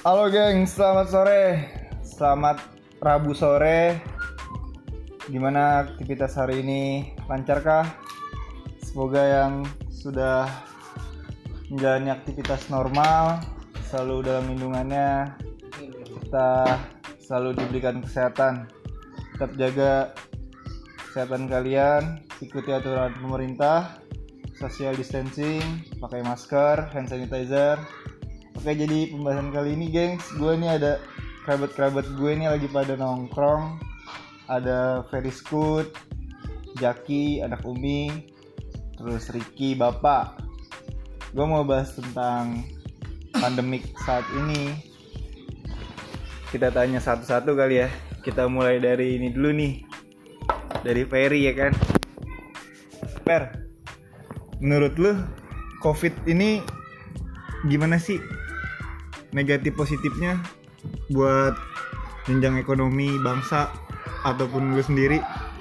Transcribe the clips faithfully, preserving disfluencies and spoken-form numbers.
Halo geng, selamat sore. Selamat Rabu sore. Gimana aktivitas hari ini? Lancarkah? Semoga yang sudah menjalani aktivitas normal selalu dalam lindungannya. Kita selalu diberikan kesehatan. Tetap jaga kesehatan kalian, ikuti aturan pemerintah, social distancing, pakai masker, hand sanitizer. Oke, jadi pembahasan kali ini gengs, gue nih ada kerabat-kerabat gue nih lagi pada nongkrong. Ada Ferry Scoot, Jaki, anak Umi, terus Ricky, bapak. Gue mau bahas tentang pandemik saat ini. Kita tanya satu-satu kali ya. Kita mulai dari ini dulu nih, dari Ferry ya kan. Per, menurut lu COVID ini gimana sih negatif positifnya buat jenjang ekonomi bangsa ataupun gue sendiri?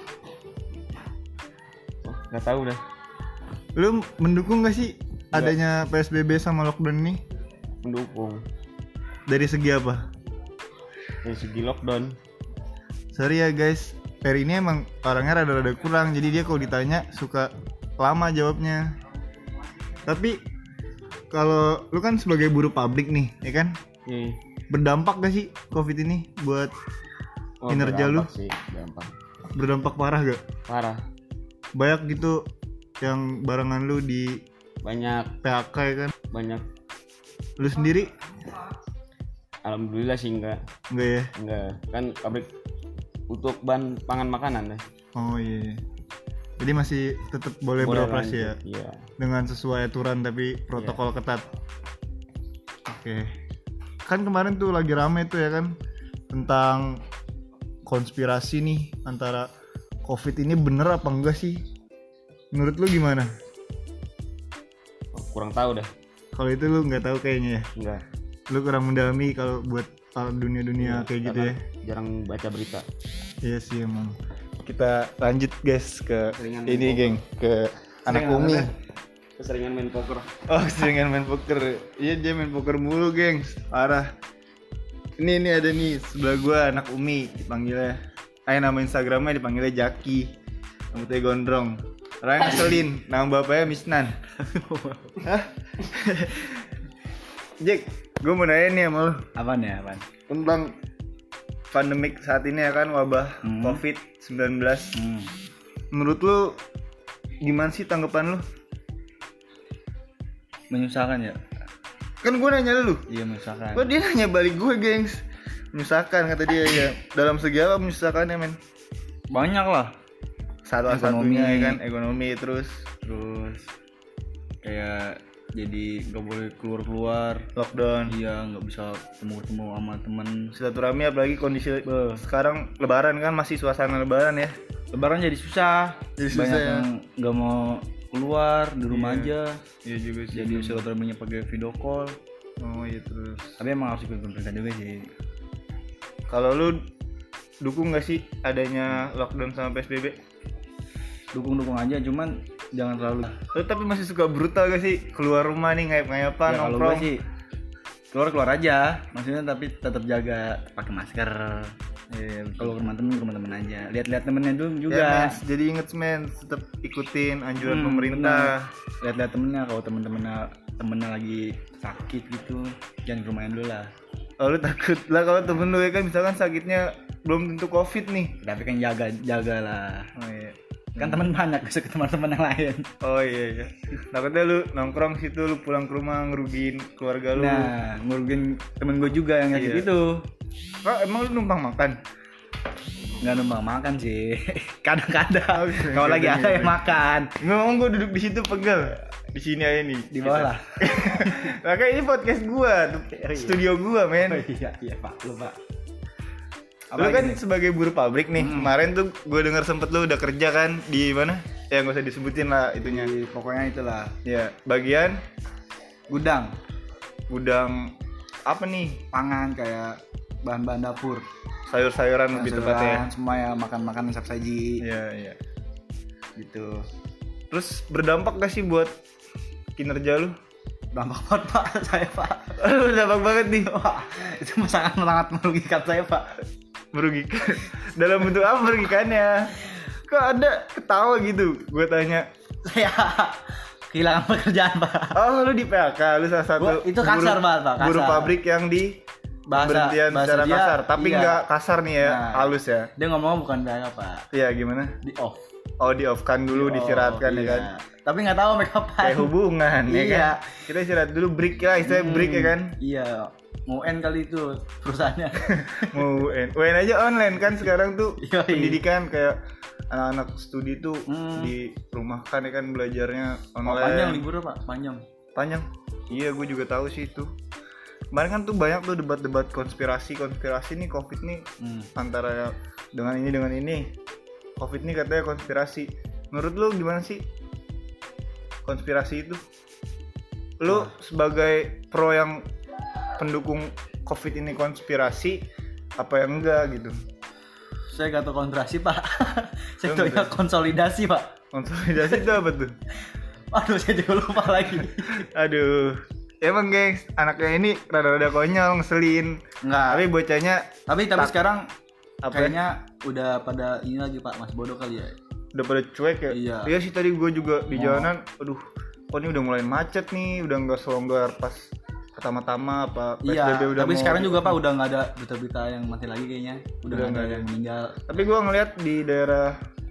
Nggak tahu dah. Lu mendukung gak sih adanya P S B B sama lockdown ini? Mendukung. Dari segi apa? Dari segi lockdown. Sorry ya guys, Ferry ini emang orangnya rada-rada kurang, jadi dia kalau ditanya suka lama jawabnya. Tapi kalau lu kan sebagai buruh pabrik nih, ya kan? Hmm. Berdampak gak sih COVID ini buat Oh, kinerja lu? sih, berdampak. Berdampak parah gak? Parah. Banyak gitu yang barengan lu di Banyak, P H K ya kan? banyak. Lu sendiri? Alhamdulillah sih enggak. Enggak ya? Enggak. Kan pabrik untuk bahan pangan makanan deh. Oh iya. Jadi masih tetap boleh, Boleh beroperasi ya? lanjut, iya. Dengan sesuai aturan tapi protokol Iya. ketat. Oke. Kan kemarin tuh lagi rame tuh ya kan tentang konspirasi nih antara COVID ini bener apa enggak sih? Menurut lu gimana? Kurang tahu dah. Kalau itu lu nggak tahu kayaknya ya. Enggak. Lu kurang mendalami kalau buat uh, dunia-dunia Iya, kayak gitu karena ya. Jarang baca berita. Iya sih emang. Kita lanjut guys ke Seringan ini main geng, ke anak Umi. Keseringan main poker. Oh, seringan main poker. Iya, dia main poker mulu, gengs. Parah. Ini ini ada nih sebelah gua anak Umi dipanggilnya. Eh, nama Instagramnya dipanggilnya Jaki. Rambutnya gondrong. Orangnya ngeselin. Nama bapaknya Misnan. Hah? Jack, gua mau nanya nih sama lu Apaan ya, apaan? tentang pandemik saat ini ya kan, wabah Hmm. covid sembilan belas. Hmm. Menurut lu gimana sih tanggapan lu? Menyusahkan ya? Kan gue nanya lu. Iya, menyusahkan. Kok dia nanya balik gue, gengs? Menyusahkan kata dia ya. Dalam segi apa menyusahkannya, men? Banyak lah. Satu-satunya Ekonomi. ya kan, ekonomi terus Terus kayak jadi nggak boleh keluar-keluar. lockdown. Iya, nggak bisa ketemu-ketemu sama temen. Silaturahmi apalagi kondisi Beuh. sekarang lebaran kan, masih suasana lebaran ya. Lebaran jadi susah. Jadi susah Banyak ya. yang nggak mau keluar, di rumah Iya. aja. Iya juga sih. Jadi silaturahminya pakai video call. Oh iya terus. Tapi emang harus ikut pemerintah juga sih. Kalau lu dukung gak sih adanya lockdown sama P S B B? Dukung-dukung aja, cuman jangan terlalu. Lu tapi masih suka brutal gak sih? Keluar rumah nih ngayap-ngayapan, Ya, kalau gue nongkrong. sih keluar-keluar aja. Maksudnya tapi tetap jaga, pakai masker. Iya, Kalau ke rumah temen, ke rumah temen aja. Lihat-lihat temennya dulu Ya, juga. mens, jadi inget men, tetap ikutin anjuran Hmm, pemerintah. bener. Lihat-lihat temennya, kalau temen-temennya temennya lagi sakit gitu, jangan ke rumahnya dulu lah. Oh, lu takut lah kalau temen lu ya kan misalkan sakitnya belum tentu covid nih. Tapi kan jaga jaga lah. Oh iya. Kan teman banyak, bisa ke teman-teman yang lain. Oh iya iya. Takutnya lu nongkrong situ, lu pulang ke rumah ngerugiin keluarga lu. Nah, ngurugin temen gue juga yang sakit Iya. itu. Kok emang lu numpang makan? Nggak numpang makan sih. Kadang-kadang. Oh, Kalau lagi ada kadang-kadang. yang makan. Ngomong gua duduk di situ pegel. Di sini aja nih. Di bawah lah. Makanya ini podcast gua, Iya. studio gua, men. Oh, iya, iya Pak, lu Pak. Lu kan sebagai buruh pabrik nih, Hmm. kemarin tuh gue denger sempet lu udah kerja kan di mana? Ya nggak usah disebutin lah itunya. Di, pokoknya itulah Ya, bagian gudang gudang apa nih? pangan kayak bahan-bahan dapur. Sayur-sayuran lebih tepatnya. Sayuran, semua ya makan-makan siap saji Iya, iya. gitu. Terus berdampak gak sih buat kinerja lu? dampak banget pak saya pak. Aduh, dampak banget nih. Wah, itu sangat sangat merugikan saya pak. Merugikan. Dalam bentuk apa merugikannya? Kok ada ketawa gitu? Gue tanya. Saya kehilangan pekerjaan pak. Oh, lu di P H K, lu salah satu. Gua, itu kasar buruh, banget pak. Kasar. Buruh pabrik yang di bahasa berhentian bahasa secara dia, kasar, tapi iya. nggak kasar nih ya, Nah, halus ya. Dia ngomong bukan P H K pak. Iya gimana? Di off. Oh di off kan dulu, Di distirahatkan off, ya iya. kan. Tapi nggak tahu make kapan. Kayak hubungan ya Iya. kan. Kita istirahat dulu, break lah, istilahnya Hmm, break ya kan. Iya. Mau end kali itu perusahaannya. Mau U N, U N aja online kan sekarang tuh. Yoi. Pendidikan kayak anak-anak studi tuh Hmm. di rumah kan ya kan belajarnya Oh, online. panjang liburnya pak, panjang. Panjang. Iya, gue juga tahu sih itu. Kemarin kan tuh banyak tuh debat-debat konspirasi konspirasi nih COVID nih Hmm. antara dengan ini dengan ini. COVID nih katanya konspirasi. Menurut lu gimana sih konspirasi itu? Lu Wah. sebagai pro yang pendukung COVID ini konspirasi apa yang enggak gitu? Saya gak tahu konspirasi pak. Saya Lu tahu nggak konsolidasi pak. Konsolidasi itu apa tuh? Aduh saya juga lupa lagi. Aduh. Emang gengs, anaknya ini rada-rada konyol, ngeselin. Enggak. Tapi bocahnya Tapi tapi tak- sekarang apa ya? kayaknya udah pada ini lagi pak, Mas Bodoh kali ya. Udah pada cuek ya? Iya. Iya sih, tadi gue juga di Oh. jalanan, aduh, kok ini udah mulai macet nih, udah nggak selonggar pas pertama-tama apa P S B B Iya. udah Tapi mau- sekarang juga pak udah nggak ada berita-berita yang mati lagi kayaknya. Udah Udah nggak nggak ada ada. yang meninggal. Tapi gue ngeliat di daerah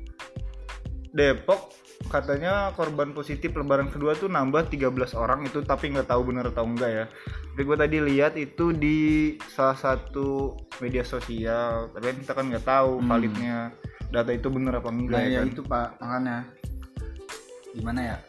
Depok katanya korban positif lebaran kedua tuh nambah tiga belas orang itu, tapi nggak tahu bener atau enggak ya. Tapi gue tadi lihat itu di salah satu media sosial, tapi kan kita kan nggak tahu Hmm. validnya data itu bener apa enggak Nah ya ya kan. itu pak, makanya gimana ya?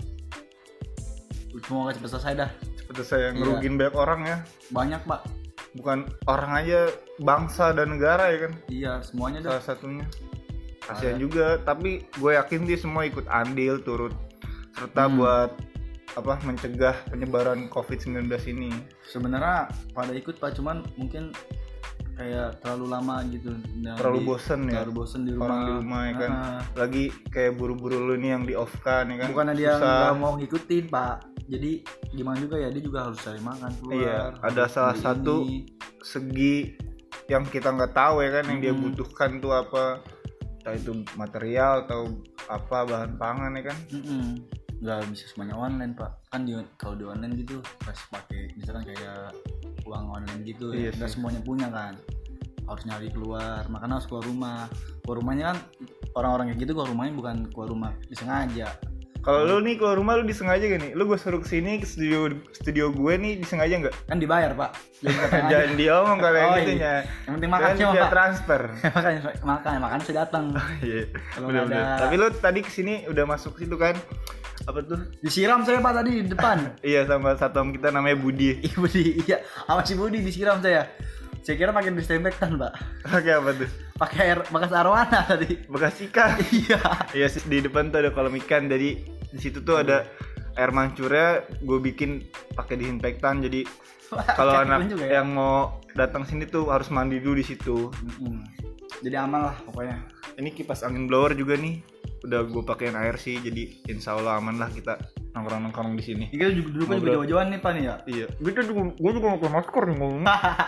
Semoga cepet selesai dah. Seperti saya Iya. ngerugin banyak orang ya, Banyak pak. bukan orang aja, bangsa dan negara ya kan. Iya semuanya dah. Salah satunya kasihan juga, tapi gue yakin dia semua ikut andil turut serta Hmm. buat apa mencegah penyebaran covid sembilan belas ini. Sebenarnya pada ikut pak, cuman mungkin kayak terlalu lama gitu. Nah, Terlalu di- bosen ya, Terlalu bosen di rumah. orang di rumah ya kan. Nah, Lagi kayak buru-buru lu nih yang di off kan ya kan. bukannya dia Susah. nggak mau ngikutin pak, jadi gimana juga ya, dia juga harus cari makan keluar. Iya, ada harus salah beli satu ini. segi yang kita nggak tahu ya kan, yang dia Mm-mm. butuhkan tuh apa, entah itu material atau apa bahan pangan ya kan. Mm-mm. Nggak bisa semuanya online pak, kan di, kalau di online gitu pas pakai misalkan kayak uang online gitu Iya ya, nggak sih. semuanya punya kan, harus nyari keluar, makanya harus keluar rumah. Keluar rumahnya kan orang-orang kayak gitu keluar rumahnya bukan keluar rumah disengaja. Kalau lu nih keluar rumah lu disengaja gak nih? Lu gue suruh kesini ke studio studio gue nih disengaja nggak? Kan dibayar pak, jadi nggak sengaja. Jangan diomong kalau yang Oh, gitu iya. nya. Yang penting makan Kan sih via pak. transfer. makanya makanya makanya saya datang. Iya. Kalau Bener, nggak bener. ada- Tapi lu tadi kesini udah masuk situ kan? Apa tuh? Disiram saya pak tadi di depan. Iya, sama satu om kita namanya Budi. Ibu di iya sama si Budi disiram saya. Saya kira pakai disinfektan pak, Oke, apa tuh? pakai air bekas arwana tadi. Bekas ikan. Iya. Iya, sih, di depan tuh ada kolam ikan. Jadi di situ tuh ada air mancurnya, gue bikin pakai disinfektan. Jadi kalau Pakai anak pun juga ya? yang mau datang sini tuh harus mandi dulu di situ. Mm-mm. Jadi aman lah pokoknya. Ini kipas angin blower juga nih. Udah gue pakein air sih, jadi insya Allah aman lah kita nongkrong-nongkrong di sini. Kita juga dulu kan juga Ngobrol. jauh-jauhan nih pak nih ya. Iya, gue juga gue juga pakai masker nih ngomong.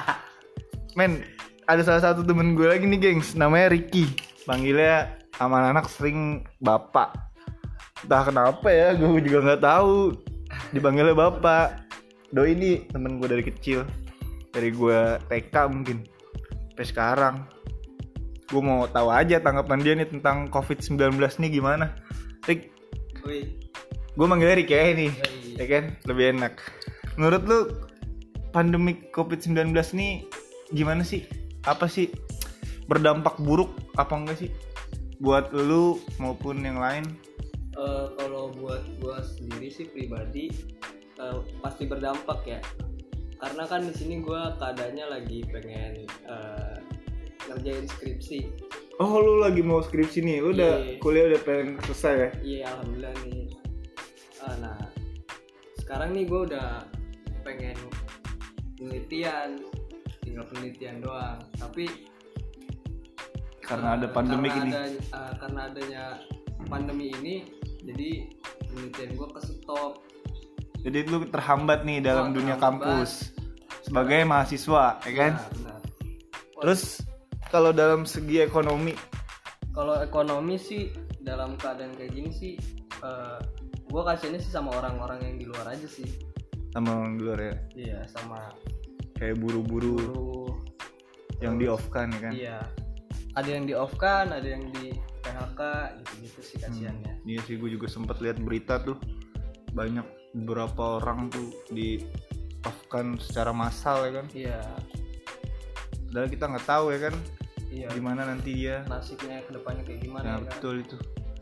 Men, ada salah satu temen gue lagi nih gengs, namanya Ricky. Panggilnya sama anak sering bapak. Entah kenapa ya, gue juga nggak tahu. Dipanggilnya bapak. Doi ini temen gue dari kecil, dari gue T K mungkin sampai sekarang. Gue mau tahu aja tanggapan dia nih tentang covid sembilan belas nih gimana. Rick, Wih. gue manggilnya Rick ya ini, Yoi. ya kan, lebih enak. Menurut lu pandemi covid sembilan belas nih gimana sih? Apa sih, berdampak buruk apa enggak sih buat lu maupun yang lain? Eh, kalau buat gua sendiri sih pribadi eh, pasti berdampak ya, karena kan di sini gua keadaannya lagi pengen eh, ngerjain skripsi. Oh, lu lagi mau skripsi nih, lu udah Iya. kuliah udah pengen selesai ya? Iya alhamdulillah nih. Ah, nah sekarang nih gua udah pengen penelitian, tinggal penelitian doang. Tapi Karena ada eh, pandemi karena ini. ada, eh, karena adanya pandemi ini, jadi penelitian gua ke stop. Jadi lu terhambat nih dalam Oh, dunia terhambat kampus sebagai mahasiswa, ya kan? Ya, benar. Terus kalau dalam segi ekonomi, Kalau ekonomi sih dalam keadaan kayak gini sih eh gue kasihannya sih sama orang-orang yang di luar aja sih. sama orang luar ya, Iya, sama kayak buru-buru buruh. yang di off kan, ya kan? Iya. Ada yang di off kan, ada yang di P H K gitu-gitu sih kasihannya. Iya sih, gue juga sempat lihat berita tuh, banyak beberapa orang tuh di off kan secara massal, ya kan? Iya. Padahal kita nggak tahu ya kan, Iya. gimana nanti dia. Nasibnya kedepannya kayak gimana Nah ya kan? betul itu.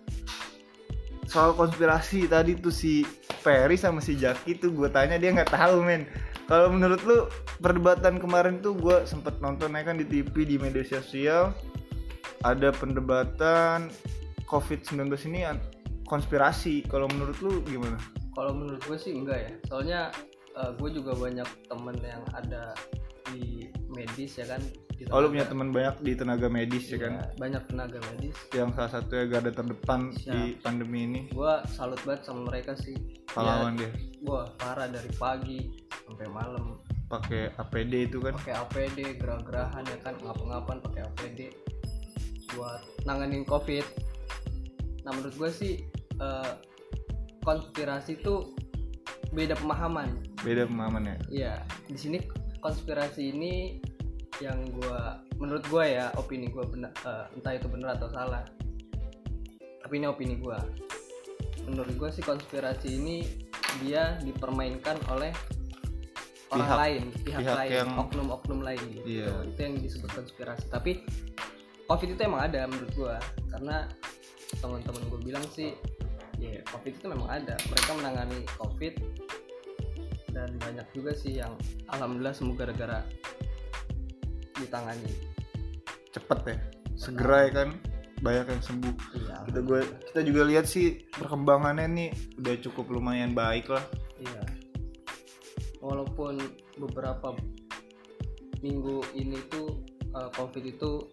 Soal konspirasi tadi tuh si Ferry sama si Jaki tuh gue tanya dia nggak tahu men. Kalau menurut lu perdebatan kemarin tuh gue sempet nonton ya kan di T V, di media sosial ada perdebatan covid sembilan belas ini an- konspirasi. Kalau menurut lu gimana? Kalau menurut gue sih enggak ya. Soalnya eh, gue juga banyak temen yang ada di medis ya kan. Di Oh lu tenaga- punya teman banyak di tenaga medis ya Iya, kan? banyak tenaga medis. Yang salah satunya garda terdepan Siap. di pandemi ini. Gue salut banget sama mereka sih. Pahlawan dia. Wah parah dari pagi sampai malam Pakai A P D itu kan. pakai A P D gerah-gerahan ya kan ngapa-ngapan pakai A P D buat nanganin covid. Nah menurut gue sih eh, konspirasi tuh beda pemahaman. Beda pemahaman ya. Iya di sini konspirasi ini yang gue menurut gue ya opini gue benar eh, entah itu benar atau salah tapi ini opini gue. Menurut gue sih konspirasi ini dia dipermainkan oleh orang Pihak- lain, pihak, pihak lain, yang- oknum-oknum lain gitu. Iya. Itu yang disebut konspirasi. Tapi COVID itu emang ada menurut gua. Karena teman-teman gue bilang sih, ya COVID itu memang ada. Mereka menangani COVID dan banyak juga sih yang alhamdulillah semua gara-gara ditangani. Cepet ya, segera ya kan, banyak yang sembuh. Iya. Kita gue kita juga lihat sih perkembangannya nih udah cukup lumayan baik lah. Iya. Walaupun beberapa minggu ini tuh uh, COVID itu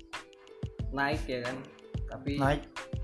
naik ya kan, tapi Naik.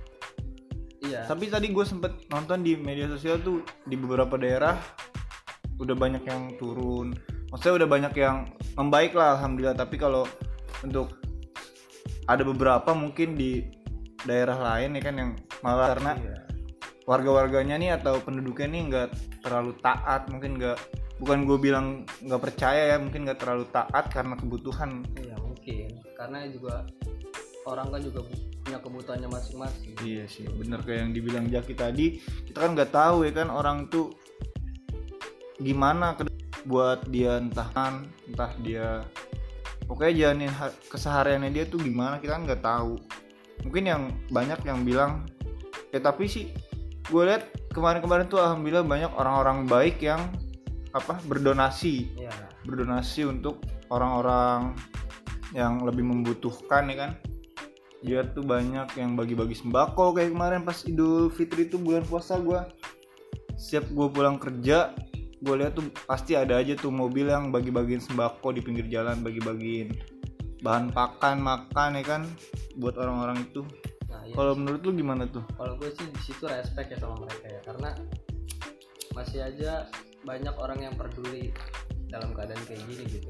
iya. Tapi tadi gue sempet nonton di media sosial tuh di beberapa daerah udah banyak yang turun. Maksudnya udah banyak yang membaik lah alhamdulillah. Tapi kalau untuk ada beberapa mungkin di daerah lain ya kan yang malah karena Iya. warga-warganya nih atau penduduknya nih nggak terlalu taat, mungkin nggak, bukan gue bilang nggak percaya ya, mungkin nggak terlalu taat karena kebutuhan. Iya mungkin karena juga orang kan juga bu- punya kebutuhannya masing-masing. Iya sih, bener kayak yang dibilang Jaki tadi, kita kan nggak tahu ya kan orang tuh gimana ke- buat dia entah kan, entah dia pokoknya jalanin ha- kesehariannya dia tuh gimana, kita kan nggak tahu. Mungkin yang banyak yang bilang ya, tapi sih gue lihat kemarin-kemarin tuh alhamdulillah banyak orang-orang baik yang apa berdonasi Iya. berdonasi untuk orang-orang yang lebih membutuhkan ya kan. Dia tuh banyak yang bagi-bagi sembako kayak kemarin pas Idul Fitri itu bulan puasa, gue siap gue pulang kerja gue lihat tuh pasti ada aja tuh mobil yang bagi-bagiin sembako di pinggir jalan, bagi-bagiin bahan pakan makan ya kan buat orang-orang itu. Nah, iya. Kalau menurut lu gimana tuh? Kalau gue sih di situ respect ya sama mereka ya, karena masih aja banyak orang yang peduli dalam keadaan kayak gini gitu.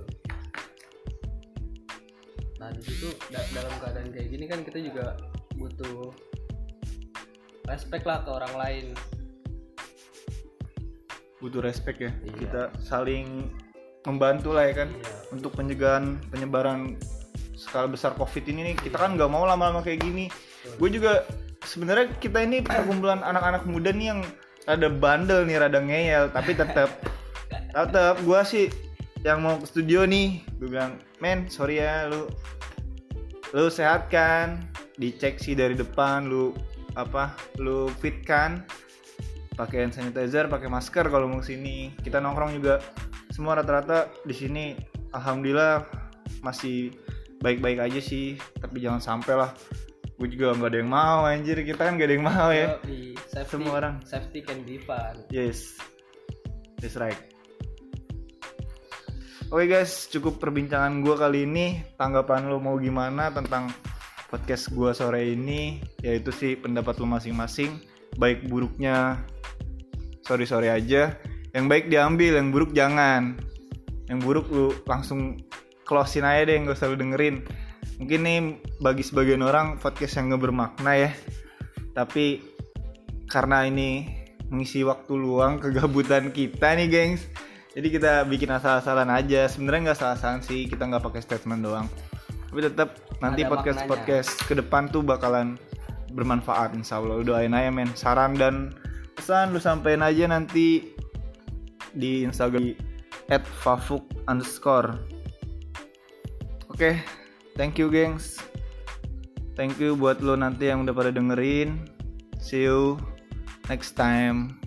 Nah di situ da- dalam keadaan kayak gini kan kita juga butuh respect lah ke orang lain. Butuh respect ya. Iya. Kita saling membantu lah ya kan. Iya. Untuk pencegahan penyebaran skala besar COVID ini nih, kita kan nggak mau lama-lama kayak gini. Gue juga sebenarnya kita ini perkumpulan anak-anak muda nih yang rada bandel nih, rada ngeyel, tapi tetap tetap gue sih yang mau ke studio nih, gue bilang, men sorry ya, lu lu sehat kan, dicek sih dari depan, lu apa, lu fit kan, pakai hand sanitizer, pakai masker kalau mau kesini. Kita nongkrong juga semua rata-rata di sini, alhamdulillah masih baik-baik aja sih, tapi jangan sampai lah. Gue juga nggak ada yang mau anjir, kita kan nggak ada yang mau ya. Yoi, safety, Semua orang. safety can be fun. Yes, that's right. Oke guys, cukup perbincangan gue kali ini. Tanggapan lo mau gimana tentang podcast gue sore ini? Yaitu sih pendapat lo masing-masing. Baik buruknya sorry sorry aja. Yang baik diambil, yang buruk jangan. Yang buruk lu langsung close-in aja deh, gak usah lu dengerin. Mungkin nih bagi sebagian orang podcast yang gak bermakna ya, tapi karena ini mengisi waktu luang kegabutan kita nih gengs, jadi kita bikin asal-asalan aja. Sebenarnya nggak asal-asalan sih, kita nggak pakai statement doang, tapi tetap nanti Ada podcast maknanya. podcast ke depan tuh bakalan bermanfaat insya Allah. Lu doain aja men. Saran dan pesan lu sampein aja nanti di Instagram at fafuk underscore. Oke, thank you gengs. Thank you buat lo nanti yang udah pada dengerin. See you next time.